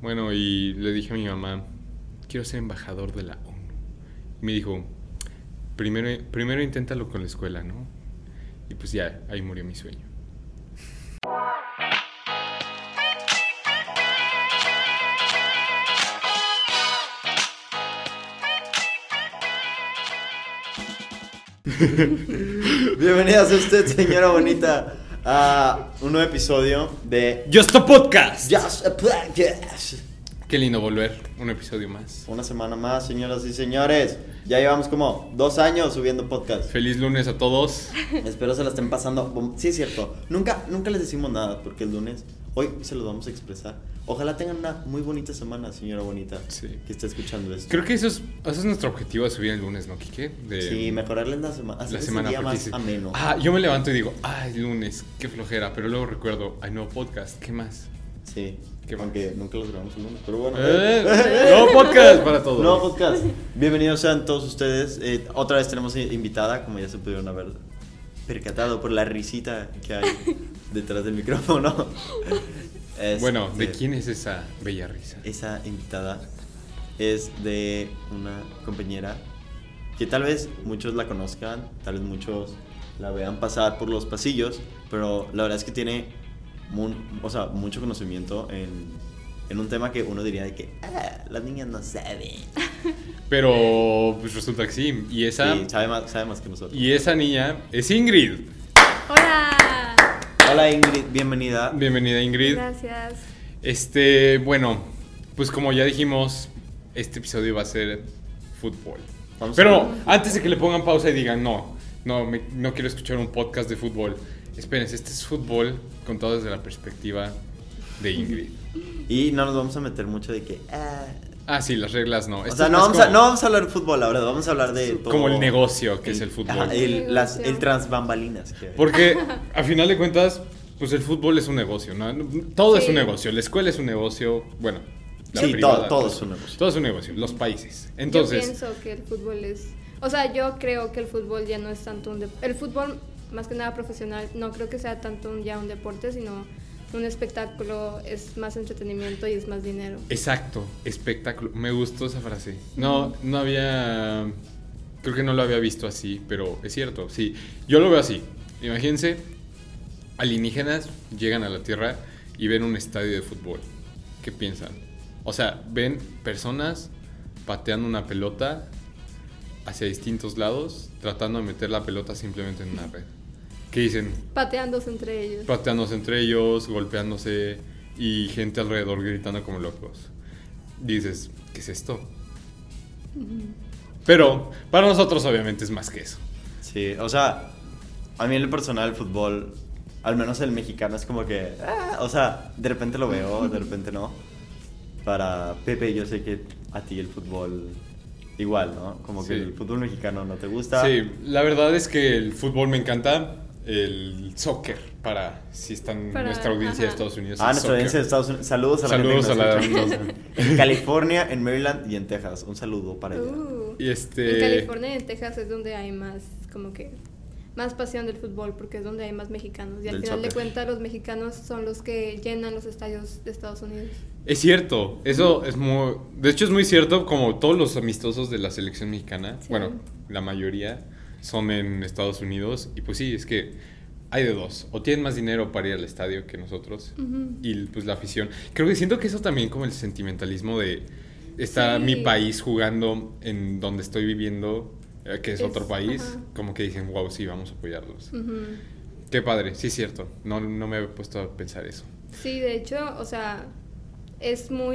Bueno, y le dije a mi mamá, quiero ser embajador de la ONU. Y me dijo, primero inténtalo con la escuela, ¿no? Y pues ya, ahí murió mi sueño. Bienvenida sea usted, señora bonita, a un nuevo episodio de Just a Podcast. Just a Podcast. Qué lindo volver, un episodio más. Una semana más, señoras y señores. Ya llevamos como 2 años subiendo podcast. Feliz lunes a todos. Espero se la estén pasando. Sí, es cierto. Nunca les decimos nada porque el lunes, hoy se los vamos a expresar. Ojalá tengan una muy bonita semana, señora bonita, Sí. que está escuchando esto. Creo que eso es nuestro objetivo de subir el lunes, ¿no, Quique? Sí, mejorarles la semana. Hacer ese día más ameno. Yo me levanto y digo, es lunes, qué flojera. Pero luego recuerdo, hay nuevo podcast, ¿qué más? Sí, ¿Qué más? aunque nunca los grabamos el lunes, pero bueno. Nuevo podcast para todos. Nuevo podcast. Bienvenidos sean todos ustedes. Otra vez tenemos invitada, como ya se pudieron haber percatado por la risita que hay detrás del micrófono. Bueno, ¿de quién es esa bella risa? Esa invitada es de una compañera que tal vez muchos la conozcan, tal vez muchos la vean pasar por los pasillos, pero la verdad es que tiene mucho conocimiento en un tema que uno diría de que las niñas no saben. Pero pues resulta que sí. Y esa, sí, sabe más que nosotros. Y esa niña es Ingrid. ¡Hola! Hola Ingrid, bienvenida. Bienvenida Ingrid. Gracias. Bueno, pues como ya dijimos, este episodio va a ser fútbol. Pero antes de que le pongan pausa y digan no quiero escuchar un podcast de fútbol. Espérense, este es fútbol contado desde la perspectiva de Ingrid. Y no nos vamos a meter mucho de que sí, las reglas no. O sea, no vamos a hablar de fútbol, la verdad, vamos a hablar de todo. Como el negocio que es el fútbol. Ajá, el tras bambalinas. Porque a final de cuentas, pues el fútbol es un negocio, ¿no? Todo es un negocio, la escuela es un negocio, bueno, la privada, todo es un negocio. Todo es un negocio, los países. Entonces, yo pienso que el fútbol es... O sea, yo creo que el fútbol ya no es tanto el fútbol, más que nada profesional, no creo que sea tanto ya un deporte, sino un espectáculo, es más entretenimiento y es más dinero. Exacto, espectáculo. Me gustó esa frase. No había... Creo que no lo había visto así, pero es cierto, sí. Yo lo veo así. Imagínense, alienígenas llegan a la Tierra y ven un estadio de fútbol. ¿Qué piensan? O sea, ven personas pateando una pelota hacia distintos lados, tratando de meter la pelota simplemente en una red. ¿Qué dicen? Pateándose entre ellos, golpeándose y gente alrededor gritando como locos. Dices, ¿qué es esto? Pero para nosotros obviamente es más que eso. Sí, o sea, a mí en lo personal el fútbol, al menos el mexicano, es como que, o sea, de repente lo veo, de repente no. Para Pepe, yo sé que a ti el fútbol igual, ¿no? Como que el fútbol mexicano no te gusta. Sí, la verdad es que el fútbol me encanta. El soccer, si están nuestra audiencia de Estados Unidos. Nuestra audiencia de Estados Unidos. Saludos a la gente que nos escucha en California, en Maryland y en Texas. Un saludo para allá. En California y en Texas es donde hay más, como que, más pasión del fútbol, porque es donde hay más mexicanos. Y al final de cuentas, los mexicanos son los que llenan los estadios de Estados Unidos. Es cierto, eso es muy... De hecho, es muy cierto, como todos los amistosos de la selección mexicana, bueno, la mayoría son en Estados Unidos. Y pues sí, es que hay de dos. O tienen más dinero para ir al estadio que nosotros. Y pues la afición. Creo que siento que eso también, como el sentimentalismo de... Está mi país jugando en donde estoy viviendo, que es otro país. Como que dicen, wow, sí, vamos a apoyarlos. Qué padre, sí es cierto. No me había puesto a pensar eso. Sí, de hecho, o sea, es como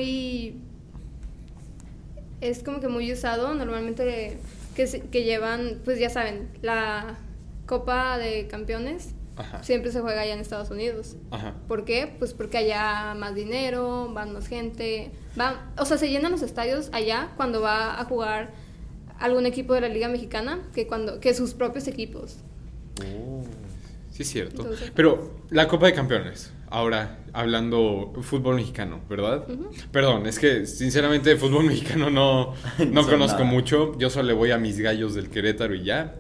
que muy usado. Normalmente que llevan, pues ya saben, la Copa de Campeones. Siempre se juega allá en Estados Unidos. ¿Por qué? Pues porque allá más dinero, van más gente, o sea, se llenan los estadios allá cuando va a jugar algún equipo de la Liga Mexicana que sus propios equipos. Sí, es cierto. Entonces, pero la Copa de Campeones, ahora hablando fútbol mexicano, ¿verdad? Perdón, es que sinceramente de fútbol mexicano no conozco mucho. Yo solo le voy a mis gallos del Querétaro y ya.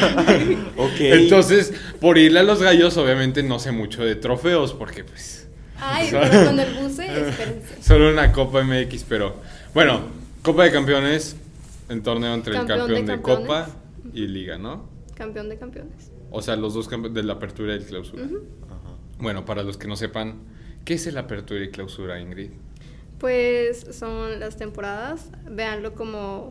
Okay. Entonces, por irle a los gallos, obviamente no sé mucho de trofeos, porque pues Ay, pero con el buce, espérense. Solo una Copa MX, pero... Bueno, Copa de Campeones, en torneo entre el campeón de Copa y Liga, ¿no? Campeón de campeones. O sea, los dos de la Apertura y el Clausura. Bueno, para los que no sepan, ¿qué es el Apertura y Clausura, Ingrid? Pues son las temporadas, véanlo como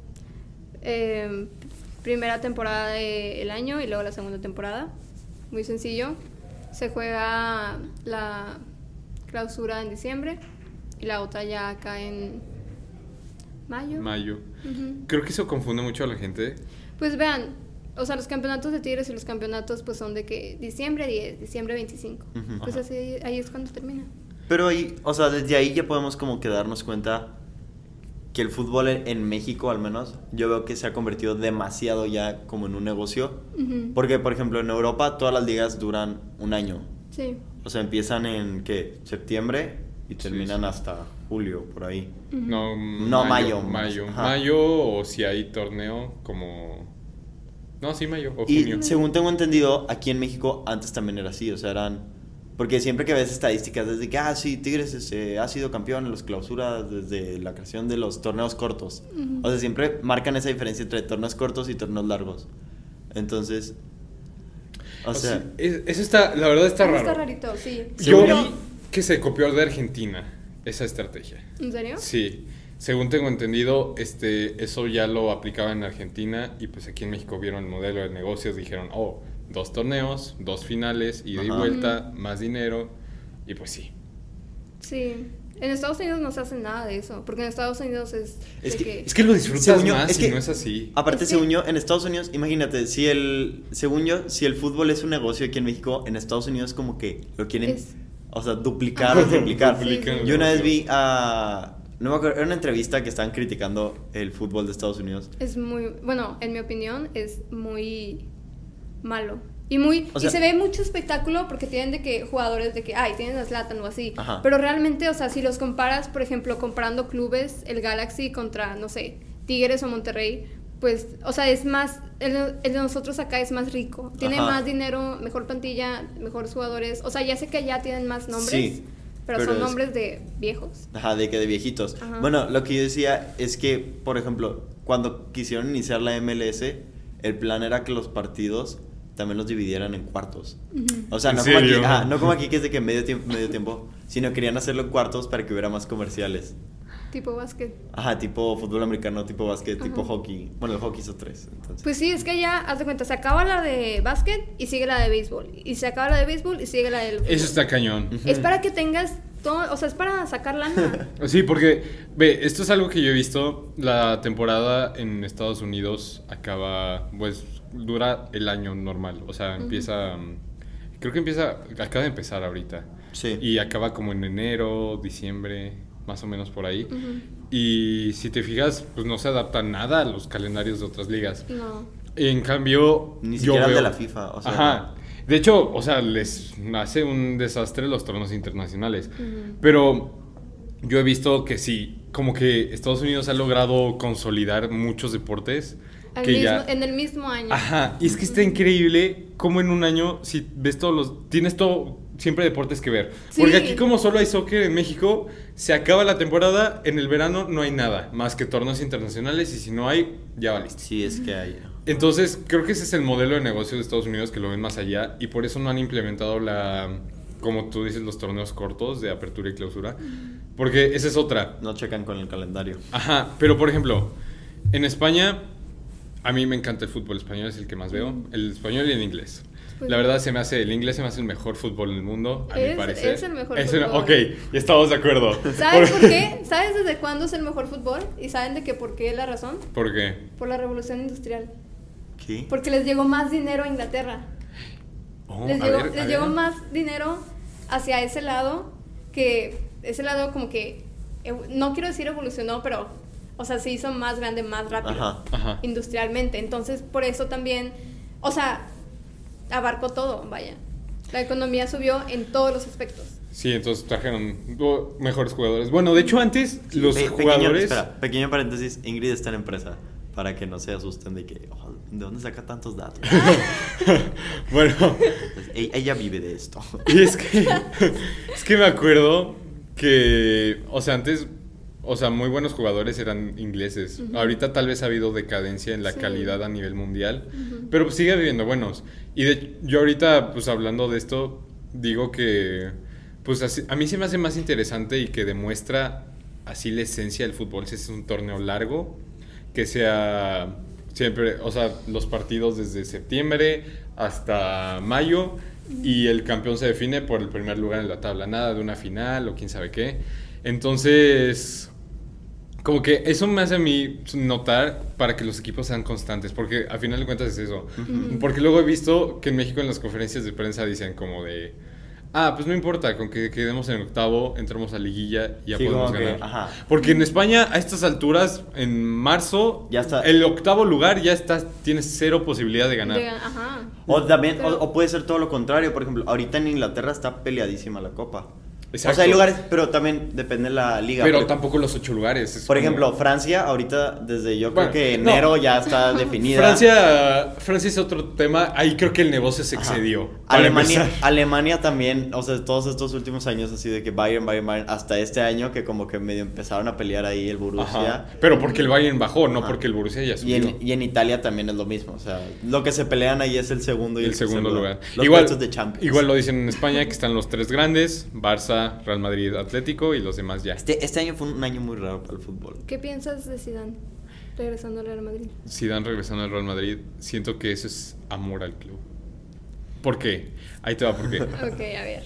primera temporada del año y luego la segunda temporada. Muy sencillo. Se juega la Clausura en diciembre y la otra ya acá en mayo. Creo que eso confunde mucho a la gente. Pues vean, o sea, los campeonatos de Tigres y los campeonatos pues son de que diciembre 10, diciembre 25. Pues así, ahí es cuando termina. Pero ahí, o sea, desde ahí ya podemos como que darnos cuenta que el fútbol en México, al menos, yo veo que se ha convertido demasiado ya como en un negocio. Porque, por ejemplo, en Europa todas las ligas duran un año. Sí. O sea, empiezan en, ¿qué? Septiembre y terminan hasta julio, por ahí. No, mayo. Mayo, o si hay torneo como... No, sí, mayo o junio. Y según tengo entendido, aquí en México antes también era así, o sea, eran... Porque siempre que ves estadísticas desde que, sí, Tigres ha sido campeón en los clausuras desde la creación de los torneos cortos. O sea, siempre marcan esa diferencia entre torneos cortos y torneos largos. Entonces, o sea... Eso está, la verdad está raro. Está rarito, sí. Yo vi que se copió de Argentina esa estrategia. ¿En serio? Sí. Según tengo entendido, eso ya lo aplicaba en Argentina y pues aquí en México vieron el modelo de negocios, dijeron, 2 torneos, 2 finales, ida y vuelta, más dinero, y pues sí. Sí. En Estados Unidos no se hace nada de eso, porque en Estados Unidos es que lo disfrutas más y no es así. Aparte, según yo, en Estados Unidos, imagínate, si el fútbol es un negocio aquí en México, en Estados Unidos como que lo quieren, o sea, duplicar o triplicar. Yo una vez vi no me acuerdo, era una entrevista que estaban criticando el fútbol de Estados Unidos. Es muy, bueno, en mi opinión, es muy malo. Y se ve mucho espectáculo porque tienen de que jugadores de que, tienen a Zlatan o así. Pero realmente, o sea, si los comparas, por ejemplo, comparando clubes, el Galaxy contra, no sé, Tigres o Monterrey, pues, o sea, es más, el de nosotros acá es más rico. Tiene más dinero, mejor plantilla, mejores jugadores. O sea, ya sé que allá tienen más nombres. Sí. Pero son nombres de viejos. De viejitos. Bueno, lo que yo decía es que, por ejemplo, cuando quisieron iniciar la MLS, el plan era que los partidos también los dividieran en cuartos. O sea, no como aquí que es de que medio tiempo, sino querían hacerlo en cuartos para que hubiera más comerciales. Tipo básquet. Tipo fútbol americano, tipo básquet, tipo hockey. Bueno, el hockey hizo 3, entonces. Pues sí, es que ya, haz de cuenta, se acaba la de básquet y sigue la de béisbol. Y se acaba la de béisbol y sigue la del fútbol. Eso está cañón. Es para que tengas todo, o sea, es para sacar lana. Sí, porque, esto es algo que yo he visto. La temporada en Estados Unidos acaba, pues, dura el año normal. O sea, empieza, acaba de empezar ahorita. Sí. Y acaba como en enero, diciembre, más o menos por ahí. Y si te fijas, pues no se adapta nada a los calendarios de otras ligas. No. En cambio, ni siquiera de la FIFA, o sea. De hecho, o sea, les hace un desastre los torneos internacionales. Pero yo he visto que sí, como que Estados Unidos ha logrado consolidar muchos deportes. En el mismo año. Y es que está increíble cómo en un año, si ves tienes todo, siempre deportes que ver. Sí. Porque aquí como solo hay soccer en México, se acaba la temporada, en el verano no hay nada, más que torneos internacionales, y si no hay, ya valiste. Sí, es que hay. Entonces, creo que ese es el modelo de negocio de Estados Unidos, que lo ven más allá, y por eso no han implementado como tú dices, los torneos cortos de apertura y clausura, porque esa es otra. No checan con el calendario. Pero por ejemplo, en España, a mí me encanta el fútbol español, es el que más veo, el español y el inglés. Pues la verdad, el inglés se me hace el mejor fútbol en el mundo, a mi parecer. Es el mejor fútbol. Ok, ya estamos de acuerdo. ¿Sabes por qué? ¿Sabes desde cuándo es el mejor fútbol? ¿Y saben de qué por qué es la razón? ¿Por qué? Por la revolución industrial. ¿Qué? Porque les llegó más dinero a Inglaterra. Les llegó más dinero hacia ese lado, como que, no quiero decir evolucionó, pero, o sea, se hizo más grande, más rápido, industrialmente. Entonces, por eso también, o sea, abarcó todo, vaya. La economía subió en todos los aspectos. Sí, entonces trajeron mejores jugadores. Bueno, de hecho, antes los jugadores... Pequeño paréntesis, Ingrid está en la empresa. para que no se asusten de que, ¿de dónde saca tantos datos? Bueno. Pues, ella vive de esto. Y es que me acuerdo que, o sea, antes, o sea, muy buenos jugadores eran ingleses. Ahorita tal vez ha habido decadencia en la calidad a nivel mundial, pero pues sigue habiendo buenos. Y yo ahorita, pues hablando de esto, digo que, pues así, a mí se me hace más interesante y que demuestra así la esencia del fútbol. Si es un torneo largo, que sea siempre, o sea, los partidos desde septiembre hasta mayo y el campeón se define por el primer lugar en la tabla, nada de una final o quién sabe qué. Entonces, como que eso me hace a mí notar para que los equipos sean constantes, porque al final de cuentas es eso. Porque luego he visto que en México en las conferencias de prensa dicen como de... pues no importa, con que quedemos en octavo, entramos a liguilla y ya podemos ganar. Porque en España, a estas alturas, en marzo, ya está. El octavo lugar ya tienes cero posibilidad de ganar. O también, o puede ser todo lo contrario. Por ejemplo, ahorita en Inglaterra está peleadísima la Copa. Exacto. O sea, hay lugares, pero también depende de la liga. Pero tampoco los 8 lugares. Por ejemplo, Francia, ahorita, desde creo que enero ya está definida. Francia es otro tema. Ahí creo que el negocio se excedió. Alemania también, o sea, todos estos últimos años así de que Bayern, hasta este año que como que medio empezaron a pelear ahí el Borussia. Pero porque el Bayern bajó, no porque el Borussia ya subió. Y en Italia también es lo mismo, o sea, lo que se pelean ahí es el segundo y el segundo lugar. Los puestos de Champions. Igual lo dicen en España, que están los 3 grandes, Barça, Real Madrid, Atlético y los demás ya. Este año fue un año muy raro para el fútbol. ¿Qué piensas de Zidane regresando al Real Madrid? Zidane regresando al Real Madrid, siento que eso es amor al club. ¿Por qué? Ahí te va por qué. Ok, a ver.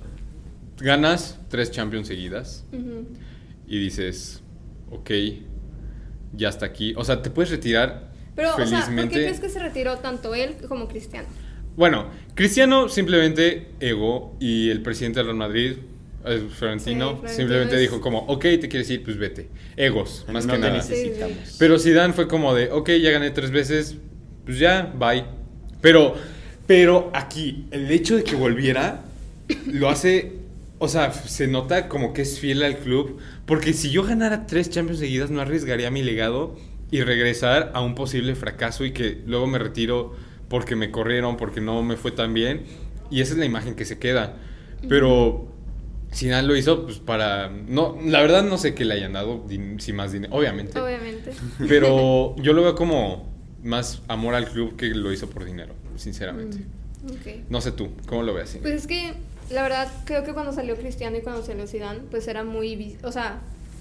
Ganas 3 Champions seguidas y dices, ok, ya está aquí. O sea, te puedes retirar felizmente. O sea, ¿por qué crees que se retiró tanto él como Cristiano? Bueno, Cristiano simplemente ego y el presidente del Real Madrid, Florentino, simplemente dijo como, ok, te quieres ir, pues vete. Egos, más que nada. Necesitamos. Pero Zidane fue como de, ok, ya gané 3 veces, pues ya, bye. Pero aquí, el hecho de que volviera, lo hace, o sea, se nota como que es fiel al club, porque si yo ganara 3 Champions seguidas, no arriesgaría mi legado y regresar a un posible fracaso y que luego me retiro porque me corrieron, porque no me fue tan bien, y esa es la imagen que se queda. Pero Zidane lo hizo pues para... no, la verdad no sé qué le hayan dado, si más dinero, obviamente. Pero yo lo veo como más amor al club que lo hizo por dinero, sinceramente. Okay. No sé tú, ¿cómo lo ves? Pues es que, la verdad, creo que cuando salió Cristiano y cuando salió Zidane, pues era muy... O sea,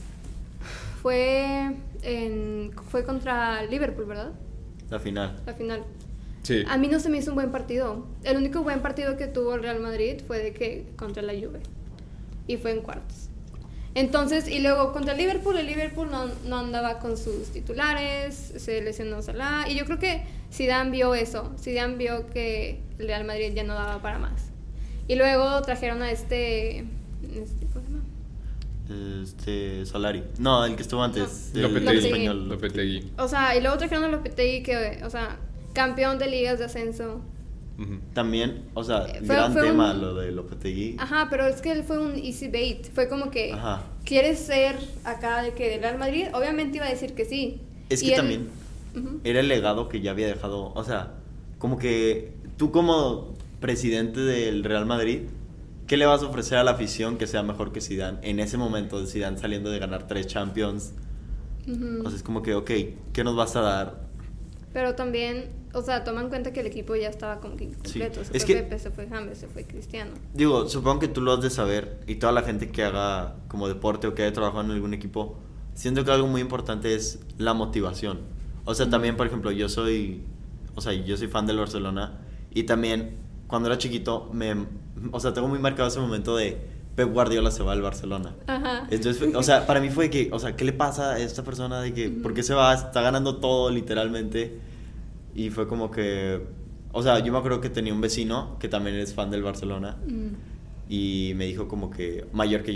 fue contra Liverpool, ¿verdad? La final. Sí. A mí no se me hizo un buen partido. El único buen partido que tuvo el Real Madrid fue de que contra la Juve. Y fue en cuartos. Entonces, y luego contra el Liverpool no andaba con sus titulares, se lesionó Salah. Y yo creo que Zidane vio eso. Zidane vio que el Real Madrid ya no daba para más. Y luego trajeron a ¿cómo se llama? Solari. No, el que estuvo antes. No. Lopetegui. O sea, y luego trajeron a Lopetegui que, o sea, campeón de ligas de ascenso. También, o sea, gran tema lo de Lopetegui. Ajá, pero es que él fue un easy bait. Fue como que, ¿quieres ser acá de que del Real Madrid? Obviamente iba a decir que sí. Es que también era el legado que ya había dejado. O sea, como que tú como presidente del Real Madrid, ¿qué le vas a ofrecer a la afición que sea mejor que Zidane? En ese momento de Zidane saliendo de ganar 3 Champions. O sea, es como que, ok, ¿qué nos vas a dar? Pero también, o sea, toma en cuenta que el equipo ya estaba como que incompleto. Sí. Se fue Pepe, se fue James, se fue Cristiano. Digo, supongo que tú lo has de saber, y toda la gente que haga como deporte o que haya trabajado en algún equipo, siento que algo muy importante es la motivación. O sea, también, por ejemplo, yo soy fan del Barcelona, y también cuando era chiquito tengo muy marcado ese momento de Pep Guardiola se va al Barcelona. Entonces, o sea, para mí fue que, o sea, ¿qué le pasa a esta persona de que por qué se va? Está ganando todo literalmente. Y fue como que, o sea, yo me acuerdo que tenía un vecino que también es fan del Barcelona y me dijo como que, mayor que yo,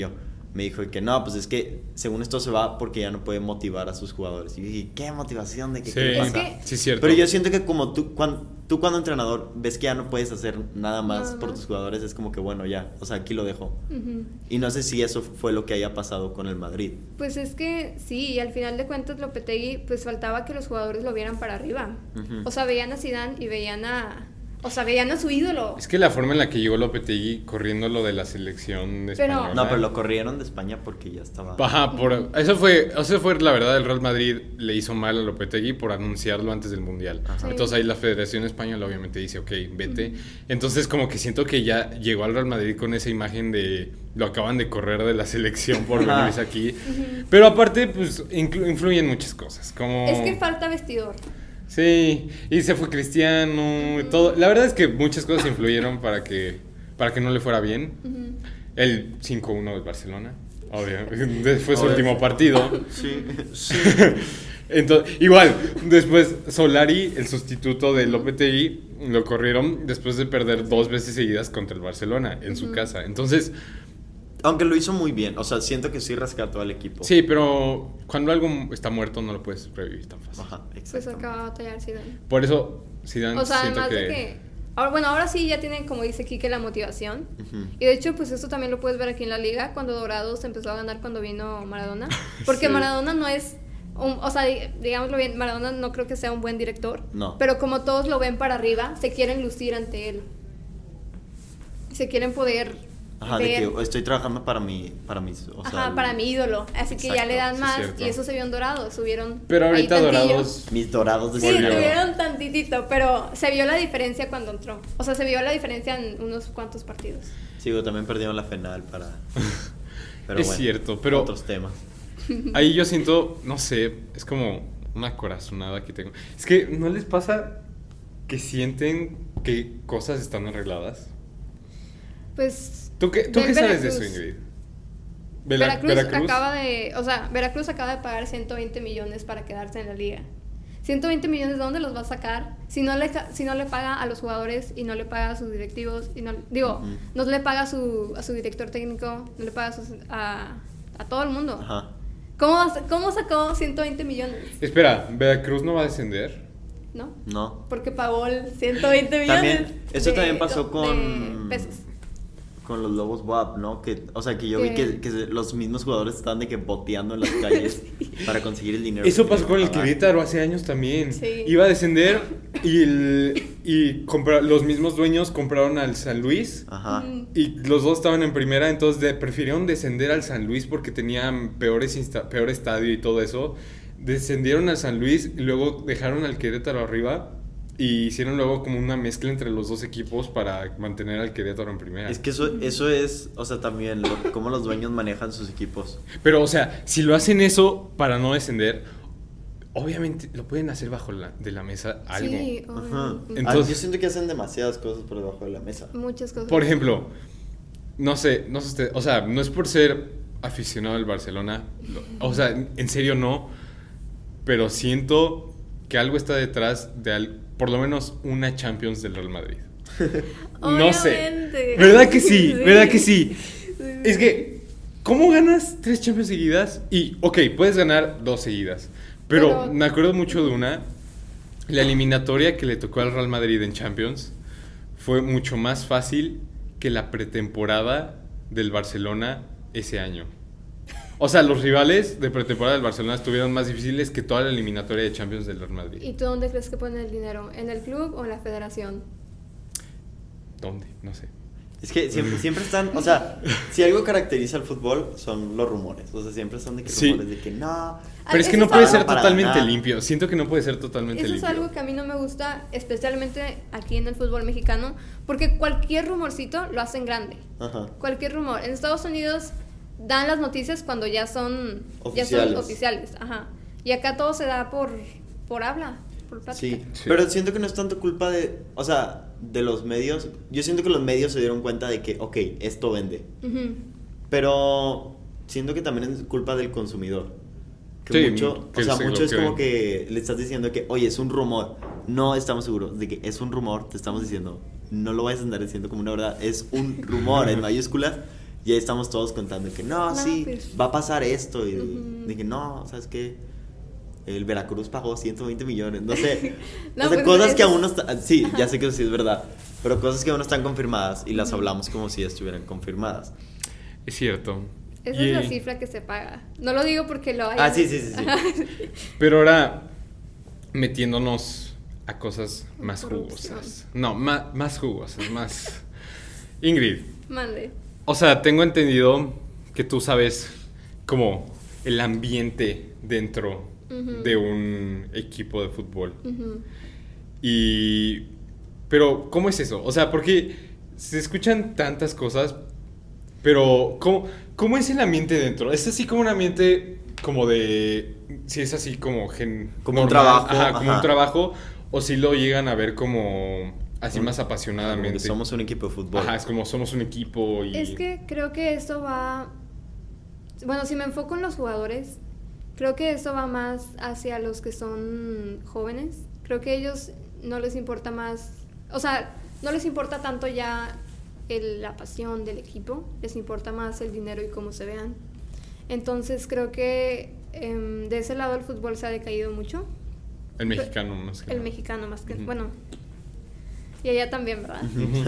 me dijo que no, pues es que según esto se va porque ya no puede motivar a sus jugadores. Y yo dije, ¿qué motivación? ¿De qué pasa? Sí, es cierto. Pero yo siento que como tú cuando entrenador ves que ya no puedes hacer nada más por tus jugadores, es como que bueno, ya, o sea, aquí lo dejo. Y no sé si eso fue lo que haya pasado con el Madrid. Pues es que sí, y al final de cuentas Lopetegui, pues faltaba que los jugadores lo vieran para arriba. O sea, veían a Zidane y veían a su ídolo. Es que la forma en la que llegó Lopetegui corriendo lo de la selección española. No, pero lo corrieron de España porque ya estaba. Ajá, eso fue la verdad. El Real Madrid le hizo mal a Lopetegui por anunciarlo antes del Mundial. Sí. Entonces ahí la Federación Española obviamente dice, ok, vete. Entonces como que siento que ya llegó al Real Madrid con esa imagen de lo acaban de correr de la selección por venirse aquí. Pero aparte, pues influyen muchas cosas. Como... Es que falta vestidor. Sí, y se fue Cristiano y todo. La verdad es que muchas cosas influyeron para que no le fuera bien. El 5-1 del Barcelona, obvio. Fue su último partido. Sí. Entonces, igual, después Solari, el sustituto de Lopetegui, lo corrieron después de perder 2 veces seguidas contra el Barcelona en su casa. Entonces... Aunque lo hizo muy bien, o sea, siento que sí rescató al equipo. Sí, pero cuando algo está muerto no lo puedes revivir tan fácil. Ajá, exacto. Pues acaba de batallar Zidane. Por eso Zidane, o sea, siento además de que... Ahora sí ya tienen, como dice Quique, la motivación. Y de hecho, pues eso también lo puedes ver aquí en la liga, cuando Dorados empezó a ganar cuando vino Maradona. Porque Maradona no es... o sea, digámoslo bien, Maradona no creo que sea un buen director. No. Pero como todos lo ven para arriba, se quieren lucir ante él. Se quieren poder... Ajá, de que estoy trabajando para mis... O sea, para mi ídolo. Así que ya le dan más. Sí, y eso se vio en Dorados. Subieron. Pero ahorita Dorados. Mis Dorados de Sí, tuvieron tantitito. Pero se vio la diferencia cuando entró. O sea, se vio la diferencia en unos cuantos partidos. Sí, pero también perdieron la final para. Pero es bueno, cierto, pero. Otros temas. Ahí yo siento, no sé, es como una corazonada que tengo. Es que, ¿no les pasa que sienten que cosas están arregladas? Pues. ¿Tú qué sabes de eso, Ingrid? Veracruz acaba de... O sea, Veracruz acaba de pagar 120 millones para quedarse en la liga. 120 millones, ¿de dónde los va a sacar? Si no le paga a los jugadores y no le paga a sus directivos, y no le paga a su director técnico, no le paga a todo el mundo. Ajá. ¿Cómo sacó 120 millones? Espera, ¿Veracruz no va a descender? No. Porque pagó el 120 millones. Eso también pasó con... pesos. Con los Lobos WAP, ¿no? O sea, que yo vi que los mismos jugadores estaban de que boteando en las calles para conseguir el dinero. Eso pasó con el Querétaro hace años también. Sí. Iba a descender y los mismos dueños compraron al San Luis. Ajá. Y los dos estaban en primera, entonces prefirieron descender al San Luis porque tenían peor estadio y todo eso. Descendieron al San Luis y luego dejaron al Querétaro arriba. Y hicieron luego como una mezcla entre los dos equipos para mantener al Querétaro en primera. Es que eso es, o sea, también cómo los dueños manejan sus equipos. Pero, o sea, si lo hacen eso para no descender, obviamente lo pueden hacer de la mesa algo. Sí, Ajá. Entonces, yo siento que hacen demasiadas cosas por debajo de la mesa. Muchas cosas. Por ejemplo, no sé usted, o sea, no es por ser aficionado al Barcelona, o sea, en serio no, pero siento que algo está detrás de por lo menos una Champions del Real Madrid. No sé. ¿Verdad que sí? ¿Verdad que sí? Es que, ¿cómo ganas 3 Champions seguidas? Y, ok, puedes ganar 2 seguidas. Pero me acuerdo mucho de la eliminatoria que le tocó al Real Madrid en Champions fue mucho más fácil que la pretemporada del Barcelona ese año. O sea, los rivales de pretemporada del Barcelona estuvieron más difíciles que toda la eliminatoria de Champions del Real Madrid. ¿Y tú dónde crees que ponen el dinero? ¿En el club o en la federación? ¿Dónde? No sé. Es que siempre están, o sea, si algo caracteriza al fútbol son los rumores. O sea, siempre son rumores de que no. Pero es que no puede ser totalmente limpio. Siento que no puede ser totalmente limpio. Eso es algo que a mí no me gusta, especialmente aquí en el fútbol mexicano, porque cualquier rumorcito lo hacen grande. Ajá. Cualquier rumor. En Estados Unidos dan las noticias cuando ya son oficiales. Ajá. Y acá todo se da por habla, por plática. Sí, pero siento que no es tanto culpa de los medios. Yo siento que los medios se dieron cuenta de que, ok, esto vende. Uh-huh. Pero siento que también es culpa del consumidor. Mucho es como que le estás diciendo que, oye, es un rumor. No estamos seguros de que es un rumor. Te estamos diciendo, no lo vayas a andar diciendo como una verdad. Es un rumor en mayúsculas. Y ahí estamos todos contando que no, sí, pues va a pasar esto. Y dije, no, ¿sabes qué? El Veracruz pagó 120 millones. No sé. No, o sea, pues cosas que aún no están. Sí, ya sé que sí es verdad. Pero cosas que aún no están confirmadas y las hablamos como si ya estuvieran confirmadas. Es cierto. Esa es la cifra que se paga. No lo digo porque lo hay. Sí. Pero ahora, metiéndonos a cosas más jugosas. No, más jugosas, más... Ingrid. Mande. O sea, tengo entendido que tú sabes como el ambiente dentro de un equipo de fútbol. Pero, ¿cómo es eso? O sea, porque se escuchan tantas cosas, pero ¿cómo es el ambiente dentro? ¿Es así como un ambiente como de... si es así como... como un trabajo. Como un trabajo, o si lo llegan a ver como... así más apasionadamente. Somos un equipo de fútbol. Es como somos un equipo y... Es que creo que esto va... Bueno, si me enfoco en los jugadores, creo que eso va más hacia los que son jóvenes. Creo que a ellos no les importa más... O sea, no les importa tanto ya la pasión del equipo. Les importa más el dinero y cómo se vean. Entonces creo que de ese lado el fútbol se ha decaído mucho. El mexicano más que... El mexicano más que... Bueno... Y allá también, ¿verdad?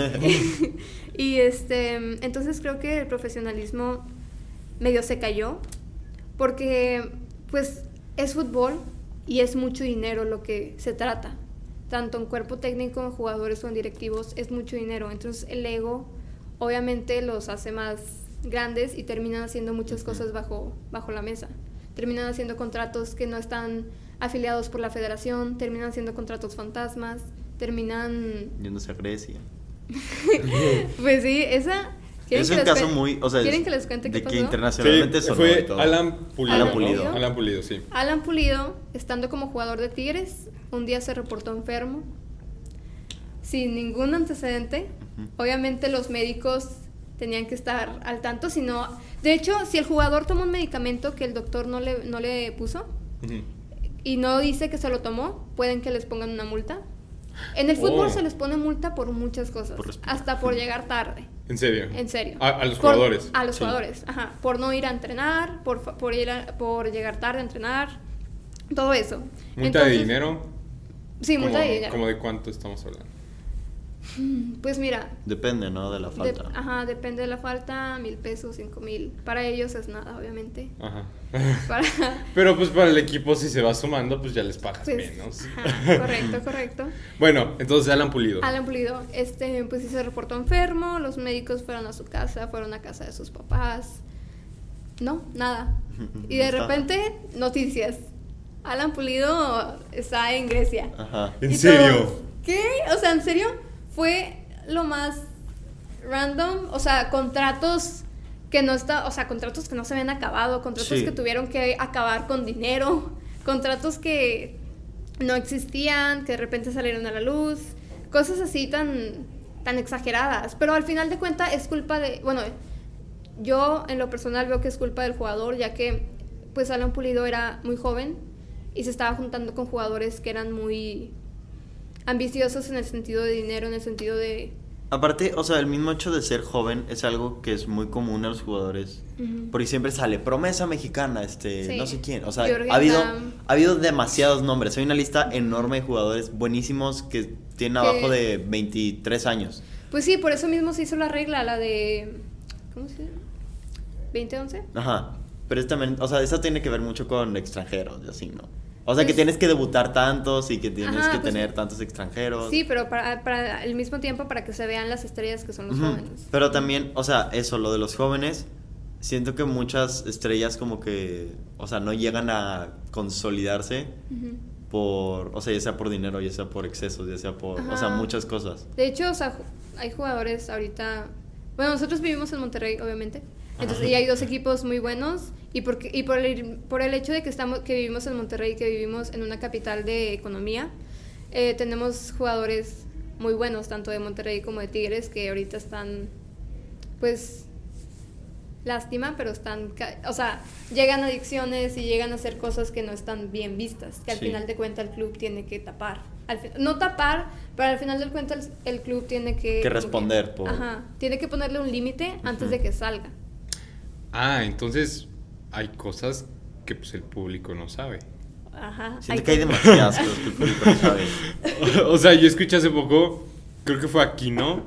Y entonces creo que el profesionalismo medio se cayó porque pues es fútbol y es mucho dinero lo que se trata. Tanto en cuerpo técnico, en jugadores o en directivos, es mucho dinero. Entonces el ego obviamente los hace más grandes y terminan haciendo muchas cosas bajo la mesa. Terminan haciendo contratos que no están afiliados por la federación, terminan haciendo contratos fantasmas, terminan... yéndose a Grecia. Pues sí, esa... Es un caso muy... O sea, ¿quieren que les cuente qué pasó? Que internacionalmente sonó fue todo. Alan Pulido. Alan Pulido, sí. Alan Pulido, estando como jugador de Tigres, un día se reportó enfermo, sin ningún antecedente. Obviamente los médicos tenían que estar al tanto, si no... De hecho, si el jugador toma un medicamento que el doctor no le puso, y no dice que se lo tomó, pueden que les pongan una multa. En el fútbol se les pone multa por muchas cosas, hasta por llegar tarde. ¿En serio? En serio. A los jugadores. A los jugadores, ajá. Por no ir a entrenar, por llegar tarde a entrenar, todo eso. ¿Multa de dinero? Sí, multa de dinero. ¿Cómo de cuánto estamos hablando? Pues mira. Depende, ¿no? De la falta. Depende de la falta, 1,000 pesos, 5,000. Para ellos es nada, obviamente. Ajá. Pero pues para el equipo, si se va sumando, pues ya les pagas menos. Correcto. Bueno, entonces Alan Pulido, pues sí se reportó enfermo, los médicos fueron a su casa, fueron a casa de sus papás. No, nada. Y de repente, noticias. Alan Pulido está en Grecia. Ajá. ¿En serio? ¿Qué? O sea, ¿en serio? Fue lo más random, o sea, contratos que no se habían acabado, contratos que tuvieron que acabar con dinero, contratos que no existían, que de repente salieron a la luz, cosas así tan exageradas, pero al final de cuentas es culpa de, bueno, yo en lo personal veo que es culpa del jugador, ya que pues Alan Pulido era muy joven y se estaba juntando con jugadores que eran muy ambiciosos en el sentido de dinero, en el sentido de... Aparte, o sea, el mismo hecho de ser joven es algo que es muy común a los jugadores. Porque siempre sale promesa mexicana, sí. No sé quién. O sea, ha habido demasiados nombres. Hay una lista enorme de jugadores buenísimos que tienen abajo de 23 años. Pues sí, por eso mismo se hizo la regla, la de... ¿Cómo se llama? ¿2011? Ajá. Pero es también, o sea, eso tiene que ver mucho con extranjeros y así, ¿no? O sea, que tienes que debutar tantos y que tienes que tener tantos extranjeros. Sí, pero para el mismo tiempo para que se vean las estrellas que son los jóvenes. Pero también, o sea, eso, lo de los jóvenes, siento que muchas estrellas como que, o sea, no llegan a consolidarse por, o sea, ya sea por dinero, ya sea por excesos, ya sea por, o sea, muchas cosas. De hecho, o sea, hay jugadores ahorita, bueno, nosotros vivimos en Monterrey, obviamente. Entonces, y hay 2 equipos muy buenos y por el hecho de que vivimos en Monterrey, que vivimos en una capital de economía, tenemos jugadores muy buenos, tanto de Monterrey como de Tigres, que ahorita están, pues, lástima, pero están, o sea, llegan a adicciones y llegan a hacer cosas que no están bien vistas, que al final de cuentas el club tiene que tapar. No tapar, pero al final de cuentas el club tiene que responder tiene que ponerle un límite antes de que salga. Entonces hay cosas que pues el público no sabe. Ajá. Siento que hay demasiadas cosas que el público no sabe. O sea, yo escuché hace poco, creo que fue Aquino,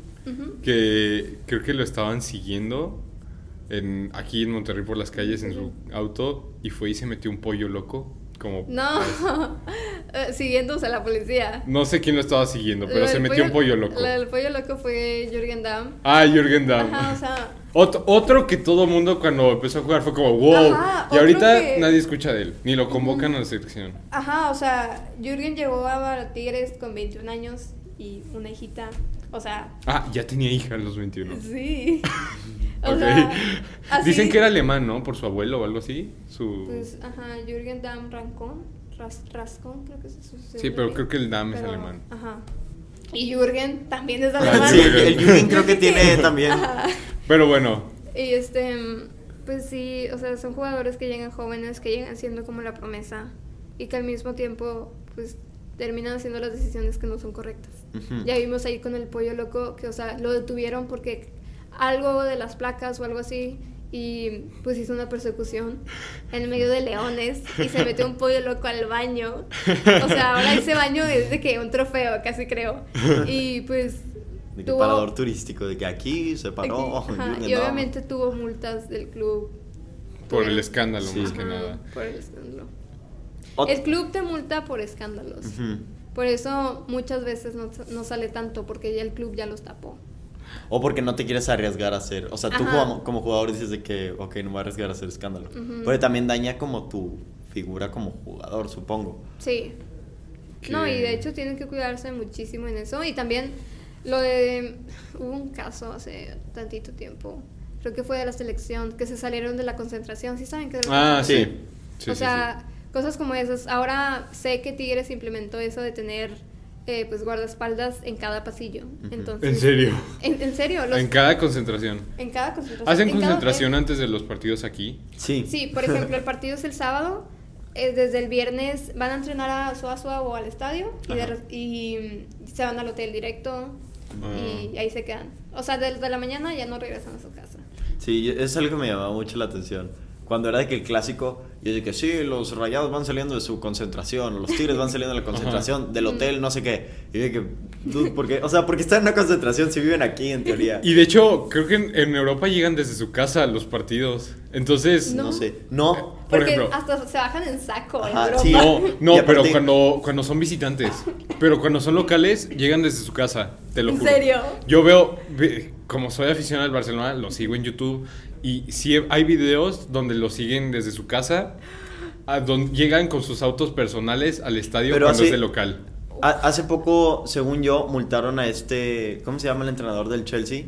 que creo que lo estaban siguiendo aquí en Monterrey por las calles en su auto y fue y se metió un pollo loco. No, siguiéndose a la policía. No sé quién lo estaba siguiendo, pero se metió un pollo loco. El pollo loco fue Jürgen Damm. Jürgen Damm. Ajá, o sea... Otro que todo mundo cuando empezó a jugar fue como wow. Ajá, y ahorita nadie escucha de él, ni lo convocan a la selección. Ajá, o sea, Jürgen llegó a Tigres con 21 años y una hijita, o sea... ya tenía hija a los 21. Sí. O sea, dicen que era alemán, ¿no? Por su abuelo o algo así. Pues, Jürgen Damm Rascón, creo que es su... Sí, pero creo que el Damm es alemán. Ajá. Y Jürgen también es alemán. Sí, el Jürgen creo que tiene también. Ajá. Pero bueno. Y pues sí, o sea, son jugadores que llegan jóvenes, que llegan siendo como la promesa y que al mismo tiempo, pues, terminan haciendo las decisiones que no son correctas. Ya vimos ahí con el pollo loco que, o sea, lo detuvieron porque algo de las placas o algo así y pues hizo una persecución en medio de leones y se metió un pollo loco al baño. O sea, ahora ese baño es de que un trofeo, casi creo. Y pues de que parador turístico, de que aquí se paró. Y obviamente tuvo multas del club. Por el escándalo, más que nada. Por el escándalo. El club te multa por escándalos. Por eso muchas veces no sale tanto, porque ya el club ya los tapó. O porque no te quieres arriesgar a hacer. O sea, tú como jugador dices de que, ok, no voy a arriesgar a hacer escándalo. Pero también daña como tu figura como jugador, supongo. Sí. No, y de hecho tienen que cuidarse muchísimo en eso. Y también hubo un caso hace tantito tiempo, creo que fue de la selección, que se salieron de la concentración. ¿Sí saben qué? Sí. O sea, cosas como esas. Ahora sé que Tigres implementó eso de tener pues guardaespaldas en cada pasillo. Entonces, ¿en serio? ¿En serio? En cada concentración. En cada concentración. ¿Hacen concentración antes de los partidos aquí? Sí. Sí, por ejemplo, el partido es el sábado. Desde el viernes van a entrenar a Suazua o al estadio y se van al hotel directo y ahí se quedan. O sea, desde la mañana ya no regresan a su casa. Sí, es algo que me llamaba mucho la atención. Cuando era de que el clásico, yo dije que sí, los Rayados van saliendo de su concentración, los Tigres van saliendo de la concentración, del hotel, no sé qué. Y dije que, ¿por qué? O sea, porque están en una concentración si viven aquí, en teoría. Y de hecho, creo que en Europa llegan desde su casa a los partidos. Entonces... No sé. No. Por ejemplo, hasta se bajan en saco en Europa. Sí. No, pero cuando son visitantes. Pero cuando son locales, llegan desde su casa, te lo juro. ¿En serio? Yo veo, como soy aficionado al Barcelona, lo sigo en YouTube. Y sí hay videos donde lo siguen desde su casa, donde llegan con sus autos personales al estadio cuando es de local. Hace poco, según yo, multaron a ¿cómo se llama el entrenador del Chelsea?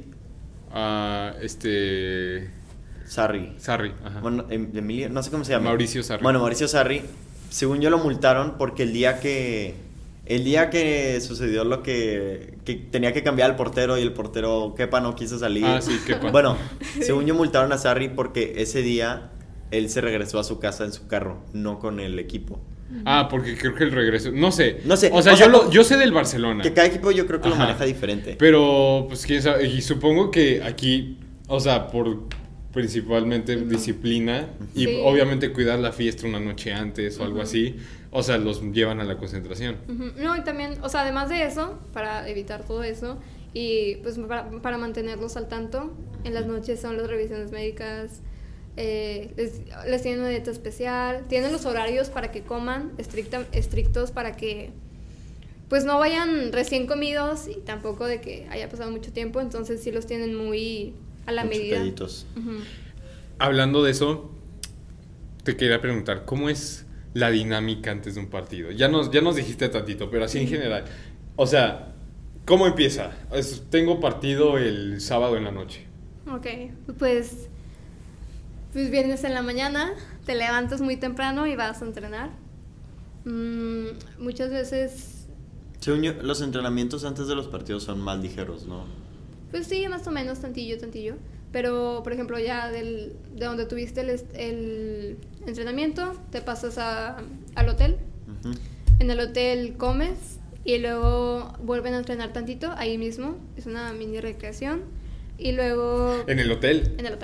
Sarri, ajá. Bueno, Emilio, no sé cómo se llama. Mauricio Sarri. Bueno, Mauricio Sarri, según yo lo multaron porque el día que sucedió lo que tenía que cambiar al portero y el portero Kepa no quiso salir. Sí, Kepa. Bueno, según yo multaron a Sarri porque ese día él se regresó a su casa en su carro, no con el equipo. Porque creo que el regreso... No sé. O sea, yo sé del Barcelona. Que cada equipo yo creo que lo maneja diferente. Pero, pues, quién sabe. Y supongo que aquí, o sea, por principalmente disciplina y obviamente cuidar la fiesta una noche antes o algo así, o sea, los llevan a la concentración. No, y también, o sea, además de eso, para evitar todo eso y pues para mantenerlos al tanto, en las noches son las revisiones médicas, les tienen una dieta especial, tienen los horarios para que coman estrictos para que pues no vayan recién comidos y tampoco de que haya pasado mucho tiempo, entonces sí los tienen muy a la medida. Hablando de eso, te quería preguntar, ¿cómo es la dinámica antes de un partido? Ya nos dijiste tantito, pero así en general. O sea, ¿cómo empieza? Tengo partido el sábado en la noche. Ok, pues vienes en la mañana, te levantas muy temprano y vas a entrenar. Muchas veces... Según yo, los entrenamientos antes de los partidos son más ligeros, ¿no? Pues sí, más o menos, tantillo. Pero, por ejemplo, ya de donde tuviste el entrenamiento, te pasas al hotel. En el hotel comes y luego vuelven a entrenar tantito ahí mismo. Es una mini recreación. Y luego... ¿En el hotel? En el hotel.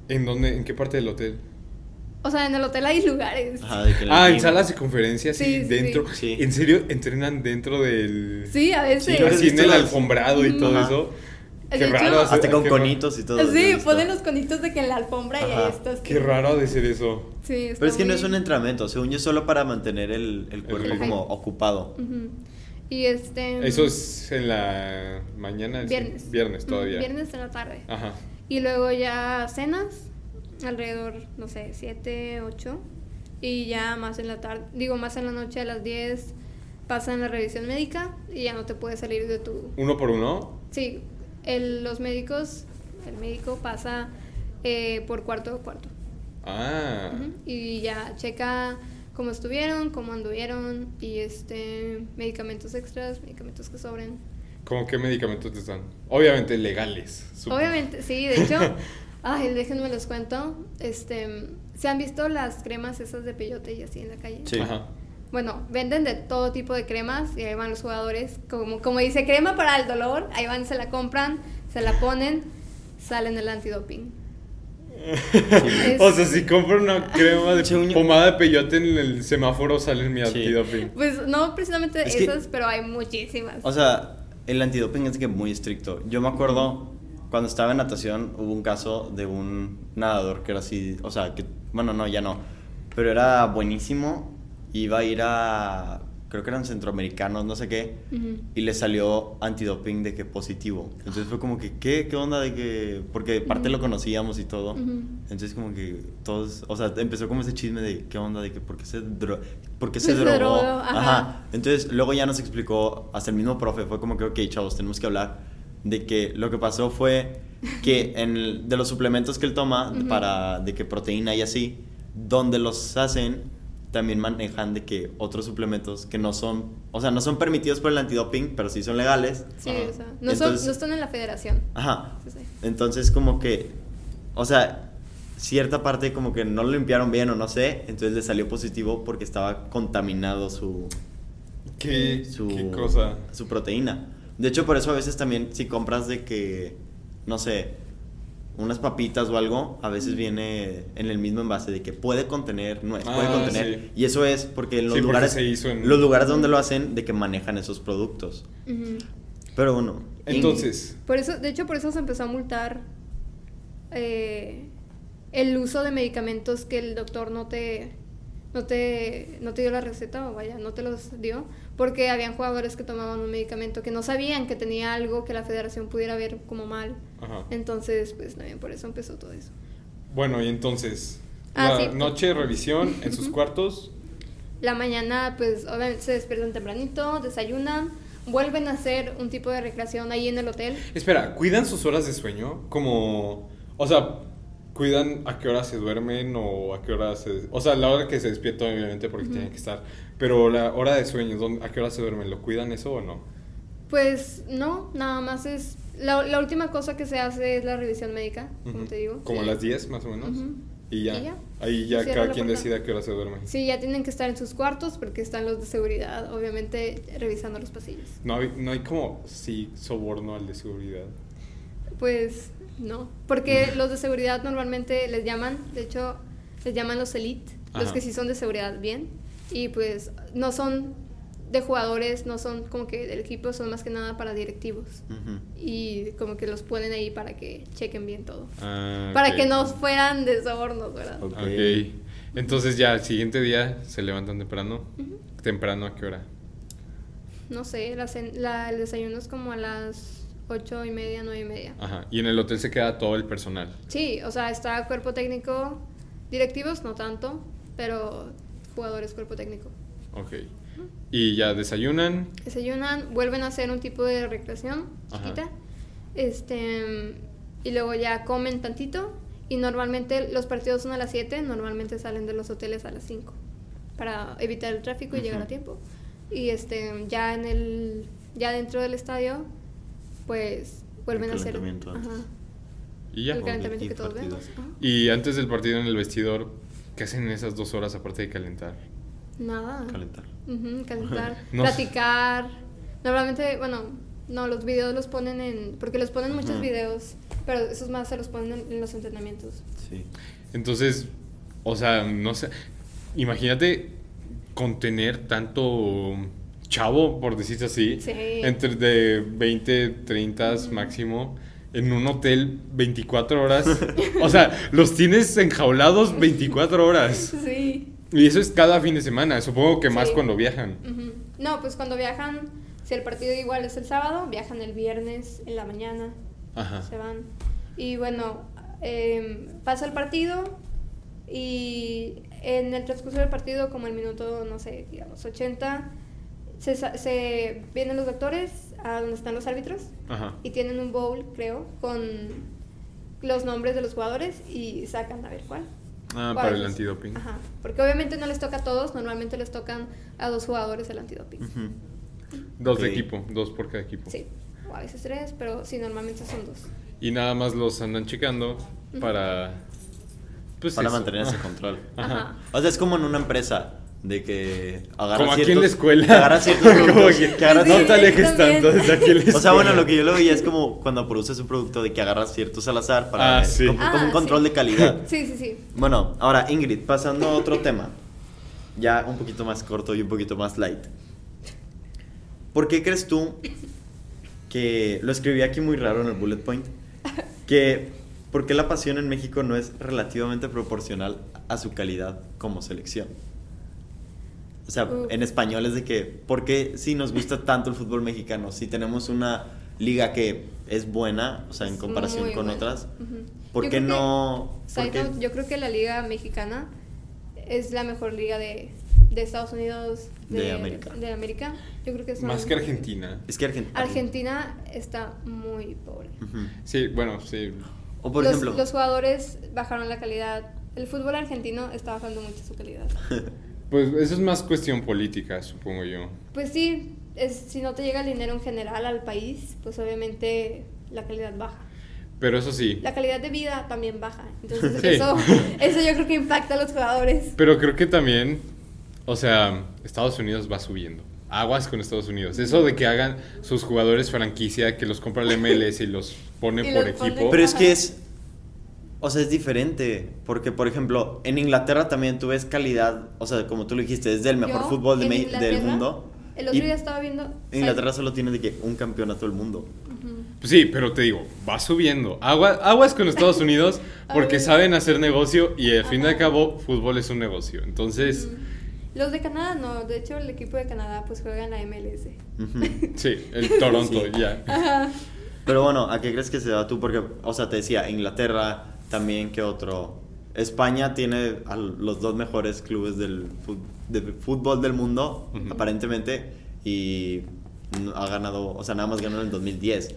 ¿En dónde? ¿En qué parte del hotel? O sea, en el hotel hay lugares. En salas de conferencias, sí, dentro. Sí. ¿En serio entrenan dentro del...? Sí, a veces. Sí, así en el alfombrado y todo eso. Qué raro. Hasta con conitos y todo. Sí, ponen los conitos de que en la alfombra y ahí estás. Qué raro de ser eso. Sí, pero es que no es un entrenamiento, según yo, solo para mantener el cuerpo como ocupado. Y Eso es en la mañana. Viernes. Viernes todavía. Viernes en la tarde. Ajá. Y luego ya cenas, alrededor, no sé, 7, 8. Y ya más en la tarde, más en la noche a las 10 pasan la revisión médica y ya no te puedes salir de tu... ¿Uno por uno? Sí, los médicos, el médico pasa por cuarto a cuarto. Ah. Y ya checa cómo estuvieron, cómo anduvieron y medicamentos extras, medicamentos que sobren. ¿Cómo qué medicamentos te dan? Obviamente legales. Obviamente, sí, de hecho, déjenme les cuento, ¿se han visto las cremas esas de peyote y así en la calle? Sí. Ajá. Bueno, venden de todo tipo de cremas y ahí van los jugadores, como dice, crema para el dolor, ahí van, se la compran, se la ponen, salen el antidoping. O sea, si compro una crema de pomada de peyote en el semáforo, sale mi antidoping. Pues no precisamente esas, pero hay muchísimas. O sea, el antidoping es que muy estricto. Yo me acuerdo cuando estaba en natación, hubo un caso de un nadador que era así, o sea, que, bueno, no, ya no, pero era buenísimo. Iba a ir a, creo que eran centroamericanos, no sé qué, y le salió antidoping de que positivo. Entonces fue como que, ¿qué onda de que...? Porque parte lo conocíamos y todo. Entonces como que todos, o sea, empezó como ese chisme de, ¿qué onda? De que, ¿por qué se drogó? Ajá. Entonces luego ya nos explicó, hasta el mismo profe, fue como que, ok, chavos, tenemos que hablar de que lo que pasó fue que de los suplementos que él toma, de que proteína y así, donde los hacen... también manejan de que otros suplementos que no son, o sea, no son permitidos por el antidoping, pero sí son legales. Sí, o sea, no están en la federación. Ajá. Sí. Entonces como que, o sea, cierta parte como que no lo limpiaron bien o no sé, entonces le salió positivo porque estaba contaminado ¿Qué cosa? Su proteína. De hecho, por eso a veces también si compras de que, no sé, unas papitas o algo, a veces viene en el mismo envase de que puede contener, puede contener. Sí. Y eso es porque en los lugares los lugares donde lo hacen, de que manejan esos productos. Pero bueno. Entonces. De hecho, por eso se empezó a multar el uso de medicamentos que el doctor no te dio la receta, o vaya, no te los dio, porque habían jugadores que tomaban un medicamento que no sabían que tenía algo que la federación pudiera ver como mal. Ajá. Entonces, pues también por eso empezó todo eso. Bueno, y entonces, noche de revisión en sus cuartos. La mañana, pues obviamente se despiertan tempranito, desayunan, vuelven a hacer un tipo de recreación ahí en el hotel. Espera, ¿cuidan sus horas de sueño? Como, o sea, ¿cuidan a qué hora se duermen o a qué hora o sea, la hora que se despiertan obviamente porque tienen que estar, pero la hora de sueño, ¿a qué hora se duermen? ¿Lo cuidan eso o no? Pues no, nada más es, la última cosa que se hace es la revisión médica, como te digo. Como a las 10 más o menos. Y ya. Ahí ya cada quien decide a qué hora se duerme. Sí, ya tienen que estar en sus cuartos porque están los de seguridad, obviamente, revisando los pasillos. No hay como, soborno al de seguridad. Pues no, porque los de seguridad normalmente les llaman los elite, los que sí son de seguridad bien, y pues no son de jugadores, no son como que del equipo, son más que nada para directivos. Y como que los ponen ahí para que chequen bien todo. Para que no fueran de sobornos, ¿verdad? Ok. Entonces ya el siguiente día se levantan temprano. ¿Temprano a qué hora? No sé, el desayuno es como a las 8:30, 9:30. Ajá. ¿Y en el hotel se queda todo el personal? Sí, o sea, está cuerpo técnico, directivos no tanto, pero jugadores, cuerpo técnico. Ok. ¿Y ya desayunan? Desayunan, vuelven a hacer un tipo de recreación chiquita. Y luego ya comen tantito. Y normalmente los partidos son a las 7, normalmente salen de los hoteles a las 5 para evitar el tráfico y llegar a tiempo. Y ya dentro del estadio, pues vuelven a hacer y ya el calentamiento que todos ven. Y antes del partido en el vestidor, ¿qué hacen en esas 2 horas aparte de calentar? Nada. Calentar. Calentar, platicar. Normalmente, bueno, no, los videos los ponen porque los ponen muchos videos pero esos más se los ponen en los entrenamientos. Sí. Entonces, o sea, no sé, imagínate contener tanto chavo, por decirse así, Sí. entre de 20, 30 máximo, en un hotel 24 horas. O sea, los tienes enjaulados 24 horas. Sí. Y eso es cada fin de semana, supongo que más Sí. cuando viajan. No, pues cuando viajan, si el partido igual es el sábado, viajan el viernes en la mañana. Ajá. Se van. Y bueno, pasa el partido y en el transcurso del partido, como el minuto, no sé, digamos 80, se vienen los doctores a donde están los árbitros. Ajá. Y tienen un bowl, creo, con los nombres de los jugadores y sacan a ver cuál. Para el antidoping. Ajá, porque obviamente no les toca a todos, normalmente les tocan a 2 jugadores el antidoping. 2 de equipo, 2 por cada equipo. Sí, o a veces 3, pero sí, normalmente son 2. Y nada más los andan checando para... Pues para eso. mantener ese control. Ajá. O sea, es como en una empresa de que agarras como aquí ciertos, en la escuela. que agarras ciertos productos, que agarras no te Sí, alejes también. tanto desde aquí en la O sea, escuela. bueno, lo que yo lo veía es como cuando produces un producto de que agarras ciertos al azar para Sí. como un control sí. de calidad. Sí. Bueno, ahora Ingrid, pasando a otro tema, ya un poquito más corto y un poquito más light. ¿Por qué crees tú que, lo escribí aquí muy raro en el bullet point, que por qué la pasión en México no es relativamente proporcional a su calidad como selección? O sea, en español es de que, ¿por qué si nos gusta tanto el fútbol mexicano? Si tenemos una liga que es buena, o sea, en Es comparación muy con buena. otras, Ujú. ¿por Yo qué creo que- no? ¿Por qué? Yo creo que la liga mexicana es la mejor liga de Estados Unidos, De América. De América. Yo creo que son- Más que Argentina. Es que Argentina está muy pobre. Ujú. Sí, bueno, sí. O por los, ejemplo, los jugadores bajaron la calidad. El fútbol argentino está bajando mucho su calidad. Pues eso es más cuestión política, supongo yo. Pues sí, si no te llega el dinero en general al país, pues obviamente la calidad baja. Pero eso sí. La calidad de vida también baja. Entonces Sí. eso yo creo que impacta a los jugadores. Pero creo que también, o sea, Estados Unidos va subiendo. Aguas con Estados Unidos. Eso de que hagan sus jugadores franquicia, que los compra el MLS y los pone Y por los pone- equipo. pero es Ajá. que es, o sea, es diferente, porque por ejemplo, en Inglaterra también tú ves calidad, o sea, como tú lo dijiste, es del mejor Yo, fútbol en del Inglaterra, mundo. El otro y día estaba viendo... Inglaterra solo tiene de que un campeonato del mundo. Pues sí, pero te digo, va subiendo. Aguas con Estados Unidos porque Ay. saben hacer negocio y al fin y al Ajá. cabo, fútbol es un negocio. Entonces, Los de Canadá no, de hecho el equipo de Canadá pues juega en la MLS. Ujú. sí, el Toronto, Sí. ya. Ajá. Pero bueno, ¿a qué crees que se da tú? Porque, o sea, te decía, Inglaterra también, ¿qué otro? España tiene a los 2 mejores clubes de fútbol del mundo, Ujú. aparentemente, y ha ganado, o sea, nada más ganó en el 2010.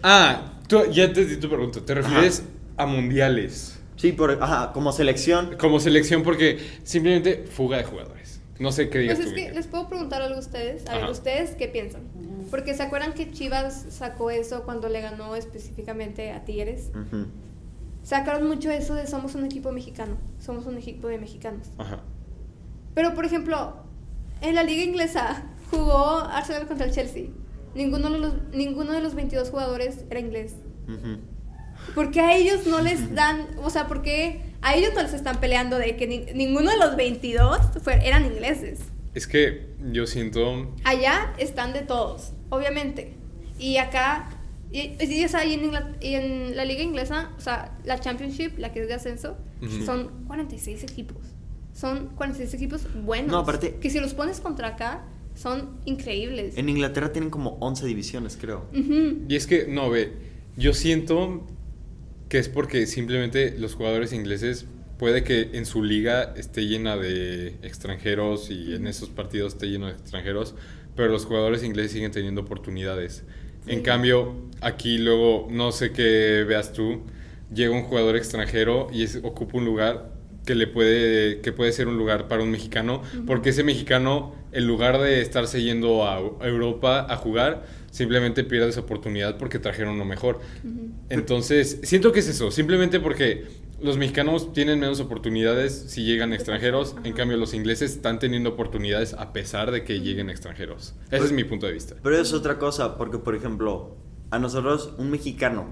Ya te di tu pregunta. ¿Te refieres a mundiales? Sí, como selección. Como selección porque simplemente fuga de jugadores. No sé qué digas Pues tú. es que Miguel. les puedo preguntar algo a ustedes. A ver, Ajá. ¿ustedes qué piensan? Porque ¿se acuerdan que Chivas sacó eso cuando le ganó específicamente a Tigres? Ujú. Sacaron mucho eso de somos un equipo mexicano, somos un equipo de mexicanos. Ajá. Pero, por ejemplo, en la liga inglesa jugó Arsenal contra el Chelsea. Ninguno de los 22 jugadores era inglés. Ujú. ¿Por qué a ellos no les dan, o sea, por qué a ellos no les están peleando de que ninguno de los 22 eran ingleses? Es que yo siento... Allá están de todos, obviamente. Y acá, y o sea, y en la liga inglesa, o sea, la Championship, la que es de ascenso, Ujú. son 46 equipos. Son 46 equipos buenos. No, aparte- que si los pones contra acá, son increíbles. En Inglaterra tienen como 11 divisiones, creo. Ujú. Y es que, no, ve, yo siento que es porque simplemente los jugadores ingleses puede que en su liga esté llena de extranjeros y en esos partidos esté lleno de extranjeros, pero los jugadores ingleses siguen teniendo oportunidades. En Sí. cambio, aquí luego, no sé qué veas tú, llega un jugador extranjero y ocupa un lugar que puede ser un lugar para un mexicano, porque ese mexicano, en lugar de estarse yendo a Europa a jugar, simplemente pierde esa oportunidad porque trajeron lo mejor. Entonces, siento que es eso, simplemente porque los mexicanos tienen menos oportunidades si llegan extranjeros, en cambio los ingleses están teniendo oportunidades a pesar de que lleguen extranjeros. Ese es mi punto de vista. Pero es otra cosa, porque por ejemplo, a nosotros un mexicano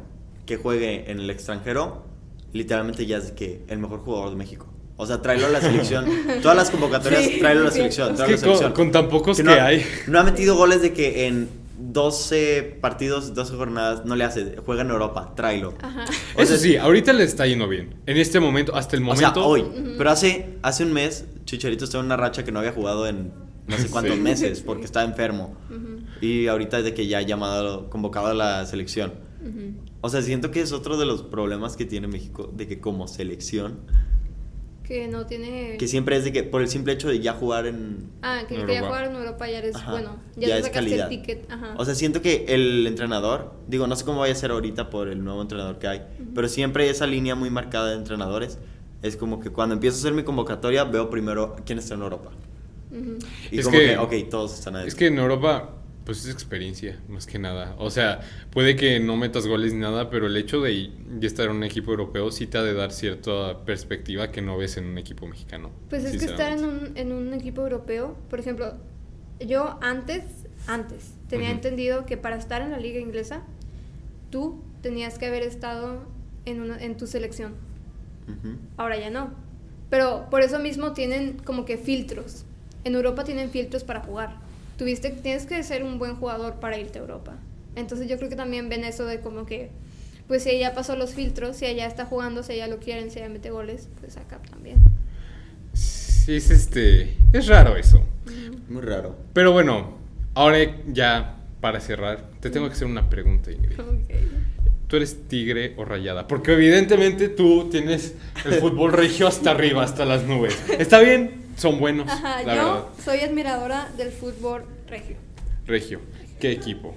que juegue en el extranjero, literalmente ya es que el mejor jugador de México. O sea, tráelo a la selección. Todas las convocatorias, tráelo a la selección. Es que con tan pocos que hay. No ha metido goles de que en 12 partidos, 12 jornadas, no le hace. Juega en Europa, tráelo. Eso sí, ahorita le está yendo bien. En este momento, hasta el momento. O sea, hoy. Pero hace un mes, Chicharito estaba en una racha que no había jugado en no sé cuántos meses porque estaba enfermo. Y ahorita es de que ya ha convocado a la selección. O sea, siento que es otro de los problemas que tiene México, de que como selección... Que no tiene... Que siempre es de que por el simple hecho de ya jugar en... que ya jugar en Europa ya eres, bueno, ya te es calidad. el ticket. O sea, siento que el entrenador, digo, no sé cómo vaya a ser ahorita por el nuevo entrenador que hay, pero siempre esa línea muy marcada de entrenadores es como que cuando empiezo a hacer mi convocatoria veo primero quién está en Europa. Y es como que, ok, todos están ahí. Es que en Europa... Pues es experiencia, más que nada. O sea, puede que no metas goles ni nada, pero el hecho de estar en un equipo europeo sí te ha de dar cierta perspectiva que no ves en un equipo mexicano. Pues es que estar en un equipo europeo, por ejemplo, yo antes tenía entendido que para estar en la liga inglesa, tú tenías que haber estado en tu selección. Ahora ya no. Pero por eso mismo tienen como que filtros. En Europa tienen filtros para jugar. Tienes que ser un buen jugador para irte a Europa. Entonces yo creo que también ven eso de como que, pues si ella pasó los filtros, si ella está jugando, si ella lo quieren, si ella mete goles, pues acá también. Sí, es raro eso. Muy raro. Pero bueno, ahora ya para cerrar, te tengo que hacer una pregunta, Ingrid. Okay. ¿Tú eres tigre o rayada? Porque evidentemente tú tienes el fútbol regio hasta arriba, hasta las nubes. ¿Está bien? Son buenos, la verdad. Soy admiradora del fútbol regio. Regio. ¿Qué equipo?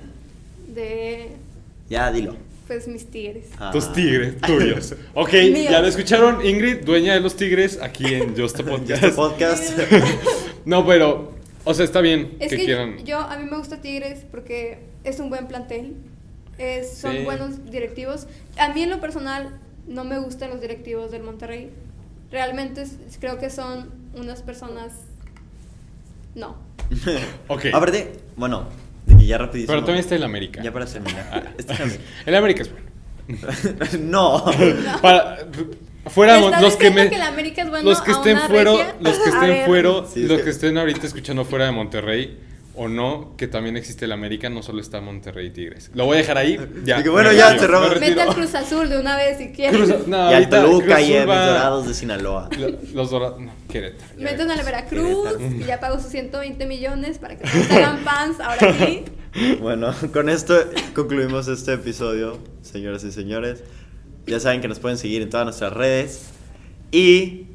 Ya, dilo. Pues mis tigres. Tus tigres, tuyos. Ok, ya lo escucharon. Ingrid, dueña de los tigres, aquí en Just a Podcast. No, pero, o sea, está bien es que quieran. A mí me gusta Tigres porque es un buen plantel. Son buenos directivos. A mí en lo personal no me gustan los directivos del Monterrey. Realmente creo que son unas personas... No. Ok. Aparte, bueno, de que ya rapidísimo. Pero también está el América. Ya para terminar. El América es bueno. No. Fuera los que el América es bueno los que estén fuera, los que Sí, estén ahorita escuchando fuera de Monterrey o no, que también existe el América, no solo está Monterrey y Tigres. Lo voy a dejar ahí. Ya. Y que bueno, ya cerramos. Mete al Cruz Azul de una vez si quieres. Y al Toluca y a los Dorados de Sinaloa. Los Dorados, no, Querétaro. Meten al Veracruz y ya pagó sus 120 millones para que se hagan fans, ahora sí. Bueno, con esto concluimos este episodio, señoras y señores. Ya saben que nos pueden seguir en todas nuestras redes. Y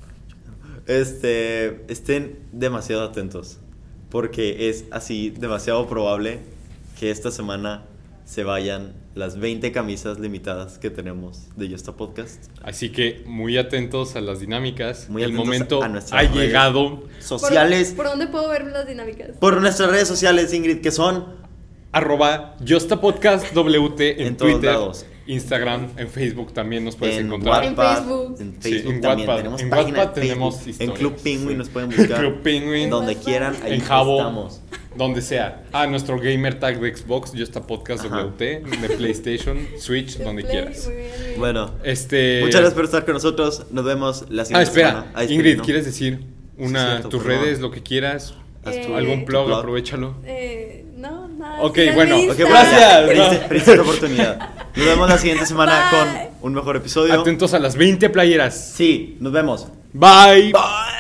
estén demasiado atentos, porque es así demasiado probable que esta semana se vayan las 20 camisas limitadas que tenemos de Just a Podcast. Así que muy atentos a las dinámicas. El momento ha llegado. Sociales. ¿Por dónde puedo ver las dinámicas? Por nuestras redes sociales, Ingrid, que son @JustAPodcastWT en todos Twitter, lados. Instagram, en Facebook también nos puedes encontrar. En Facebook. En Facebook en también. Wattpad. Tenemos En página Wattpad de Facebook. tenemos En historias. Club Penguin nos pueden buscar. Club Penguin. Donde quieran, ahí en Jabo, estamos. donde sea. Nuestro gamer tag de Xbox, Just a Podcast WT, de PlayStation, Switch, donde quieras. Bueno, muchas Muchas gracias por estar con nosotros. Nos vemos la siguiente semana. Ingrid, ¿quieres decir cierto, tus perdón. redes, lo que quieras? Tu ¿Algún plug? blog. Aprovechalo. No, nada. Ok, bueno, Insta. gracias. Perdiste la oportunidad. Nos vemos la siguiente semana con un mejor episodio. Atentos a las 20 playeras. Sí, nos vemos. Bye. Bye.